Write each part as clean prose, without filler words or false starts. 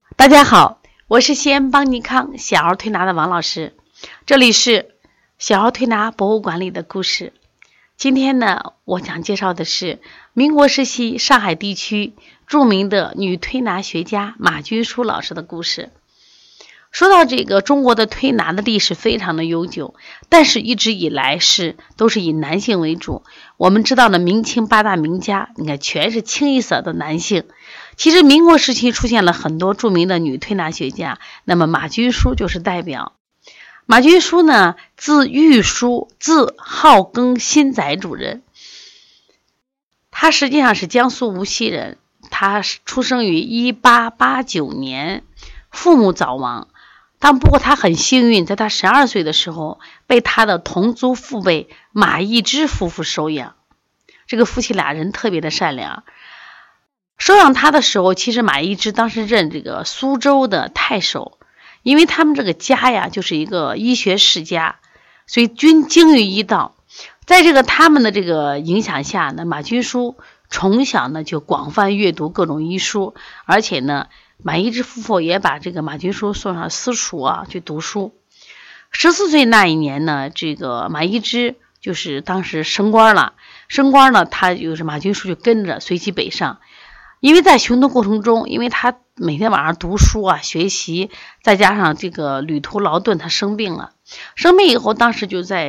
大家好，我是西安邦尼康小儿推拿的王老师，这里是小儿推拿博物馆里的故事。今天呢，我想介绍的是民国时期上海地区著名的女推拿学家马君舒老师的故事。说到这个中国的推拿的历史非常的悠久，但是一直以来都是以男性为主。我们知道的明清八大名家，你看全是清一色的男性。其实民国时期出现了很多著名的女推拿学家，那么马君舒就是代表。马君舒呢，字玉舒，字浩庚新宅主人。他实际上是江苏无锡人，他出生于1889年，父母早亡。不过他很幸运，在他12岁的时候被他的同族父辈马义之夫妇收养。这个夫妻俩人特别的善良。收养他的时候，其实马义之当时任这个苏州的太守，因为他们这个家呀就是一个医学世家，所以均精于医道。在他们的这个影响下呢，马君舒从小呢就广泛阅读各种医书，而且呢马义之夫妇也把这个马君舒送上私塾去读书。14岁那一年呢，这个马义之就是当时升官了，他就是马君舒就跟着随其北上。因为在行动过程中，因为他每天晚上读书学习，再加上这个旅途劳顿，他生病了。生病以后，当时就在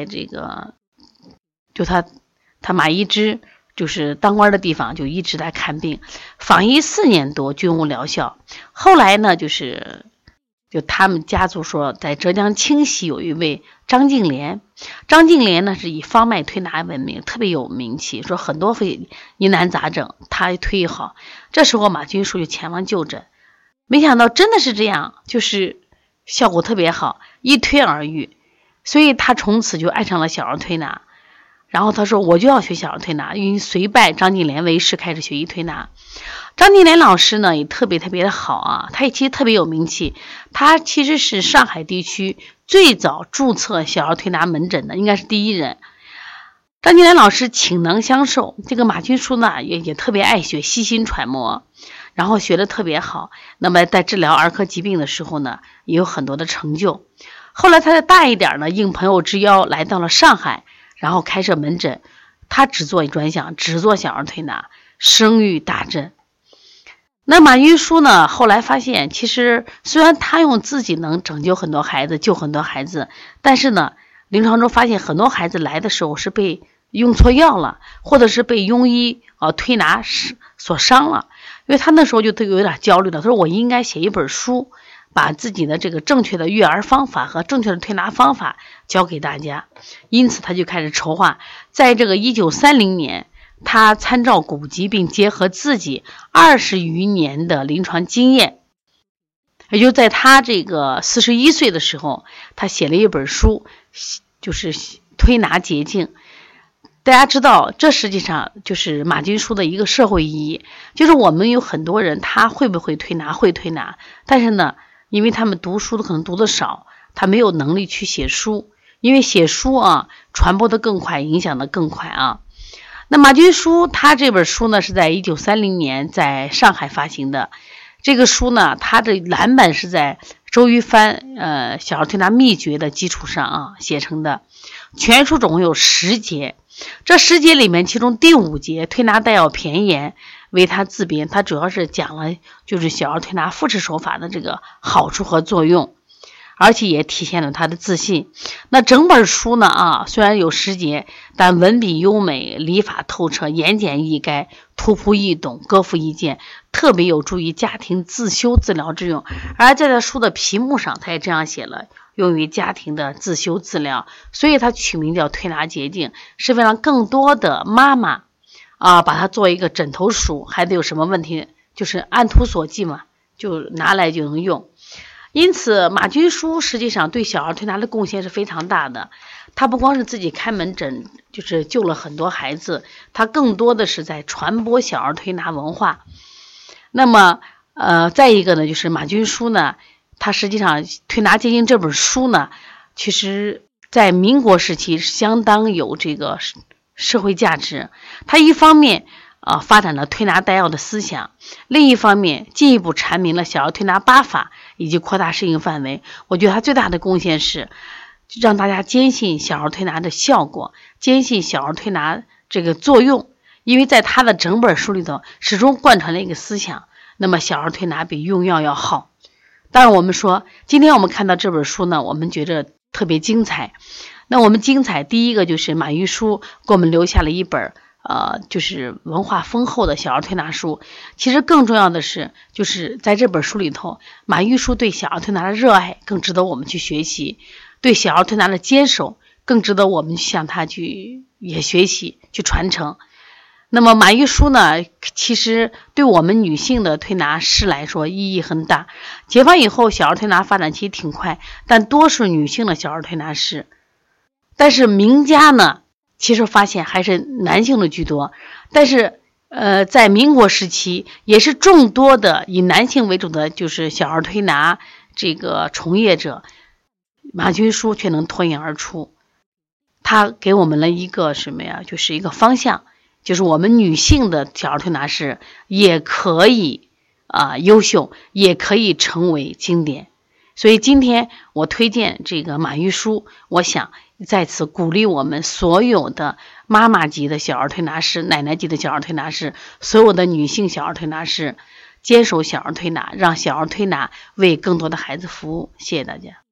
他马义之就是当官的地方就一直在看病，访医4年多，均无疗效。后来呢，就他们家族说，在浙江清溪有一位张敬莲呢是以方脉推拿闻名，特别有名气，说很多疑难杂症他推好。这时候马君舒就前往就诊，没想到真的是这样，就是效果特别好，一推而愈。所以他从此就爱上了小儿推拿。然后他说我就要学小儿推拿，因为随拜张敬莲为师开始学医推拿。张敬莲老师呢也特别的好他也其实特别有名气，他其实是上海地区最早注册小儿推拿门诊的，应该是第一人。张敬莲老师倾囊相授，这个马君舒呢也特别爱学，悉心揣摩，然后学得特别好。那么在治疗儿科疾病的时候呢，也有很多的成就。后来他再大一点呢，应朋友之邀来到了上海，然后开设门诊，他只做专项，只做小儿推拿，声誉大振。那马君舒呢，后来发现，其实虽然他用自己能拯救很多孩子，救很多孩子，但是呢，临床中发现很多孩子来的时候是被用错药了，或者是被庸医推拿所伤了。因为他那时候就有点焦虑了，他说我应该写一本书，把自己的这个正确的育儿方法和正确的推拿方法教给大家。因此他就开始筹划，在这个1930年，他参照古籍，并结合自己20余年的临床经验，也就在他这个41岁的时候，他写了一本书，就是推拿捷径。大家知道，这实际上就是马君舒的一个社会意义，就是我们有很多人他会不会推拿，会推拿，但是呢，因为他们读书可能读得少，他没有能力去写书，因为写书传播的更快，影响的更快那马君舒他这本书呢是在1930年在上海发行的。这个书呢，它的蓝本是在周瑜帆小儿推拿秘诀的基础上写成的。全书总共有10节，这10节里面，其中第5节推拿带要骈言为他自编，他主要是讲了就是小儿推拿复式手法的这个好处和作用，而且也体现了他的自信。那整本书呢虽然有10节，但文笔优美，理法透彻，言简意赅，突扑易懂，歌赋易见，特别有助于家庭自修自疗之用。而在他书的皮目上，他也这样写了，用于家庭的自修自疗，所以他取名叫推拿捷径，是为了更多的妈妈把它做一个枕头书，孩子有什么问题就是按图索骥嘛，就拿来就能用。因此马君舒实际上对小儿推拿的贡献是非常大的。他不光是自己开门诊，就是救了很多孩子，他更多的是在传播小儿推拿文化。那么再一个呢，就是马君舒呢，他实际上《推拿捷径》这本书呢，其实在民国时期相当有这个社会价值。他一方面发展了推拿带药的思想，另一方面进一步阐明了小儿推拿8法以及扩大适应范围。我觉得它最大的贡献是让大家坚信小儿推拿的效果，坚信小儿推拿这个作用，因为在他的整本书里头始终贯穿了一个思想，那么小儿推拿比用药要好。当然我们说今天我们看到这本书呢，我们觉得特别精彩。那我们精彩第一个就是马玉书给我们留下了一本就是文化丰厚的小儿推拿书。其实更重要的是，就是在这本书里头，马玉书对小儿推拿的热爱更值得我们去学习，对小儿推拿的坚守更值得我们向他去也学习去传承。那么马玉书呢，其实对我们女性的推拿师来说意义很大。解放以后小儿推拿发展其实挺快，但多数女性的小儿推拿师，但是名家呢其实发现还是男性的居多。但是在民国时期也是众多的以男性为主的就是小儿推拿这个从业者，马玉书却能脱颖而出。他给我们了一个什么呀，就是一个方向，就是我们女性的小儿推拿师也可以优秀，也可以成为经典。所以今天我推荐这个马玉书，我想在此鼓励我们所有的妈妈级的小儿推拿师、奶奶级的小儿推拿师，所有的女性小儿推拿师坚守小儿推拿，让小儿推拿为更多的孩子服务。谢谢大家。